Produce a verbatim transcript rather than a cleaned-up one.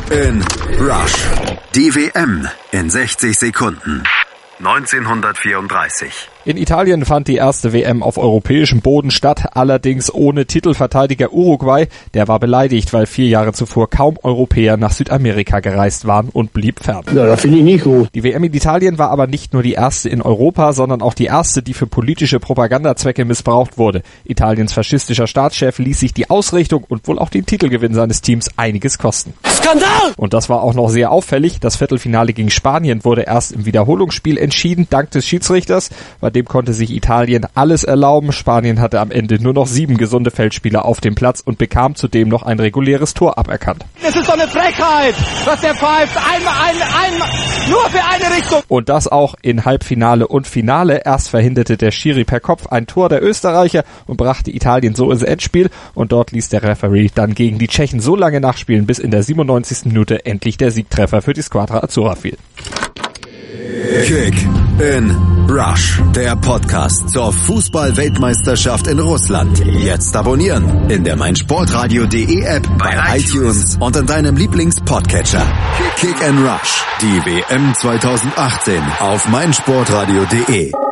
in Rush. Die W M in sechzig Sekunden. neunzehnhundertvierunddreißig. In Italien fand die erste W M auf europäischem Boden statt, allerdings ohne Titelverteidiger Uruguay. Der war beleidigt, weil vier Jahre zuvor kaum Europäer nach Südamerika gereist waren und blieb fern. Ja, das finde ich nicht gut. Die W M in Italien war aber nicht nur die erste in Europa, sondern auch die erste, die für politische Propagandazwecke missbraucht wurde. Italiens faschistischer Staatschef ließ sich die Ausrichtung und wohl auch den Titelgewinn seines Teams einiges kosten. Skandal! Und das war auch noch sehr auffällig. Das Viertelfinale gegen Spanien wurde erst im Wiederholungsspiel entschieden, dank des Schiedsrichters. Bei dem konnte sich Italien alles erlauben. Spanien hatte am Ende nur noch sieben gesunde Feldspieler auf dem Platz und bekam zudem noch ein reguläres Tor aberkannt. Es ist doch eine Frechheit, was der pfeift. Einmal, ein, einmal, nur für eine Richtung. Und das auch in Halbfinale und Finale. Erst verhinderte der Schiri per Kopf ein Tor der Österreicher und brachte Italien so ins Endspiel. Und dort ließ der Referee dann gegen die Tschechen so lange nachspielen, bis in der siebenundneunzigsten Minute endlich der Siegtreffer für die Squadra Azzurra fiel. Kick in Rush, der Podcast zur Fußball-Weltmeisterschaft in Russland. Jetzt abonnieren in der meinsportradio punkt de App, bei iTunes und in deinem Lieblings-Podcatcher. Kick in Rush, die W M zweitausendachtzehn auf meinsportradio punkt de.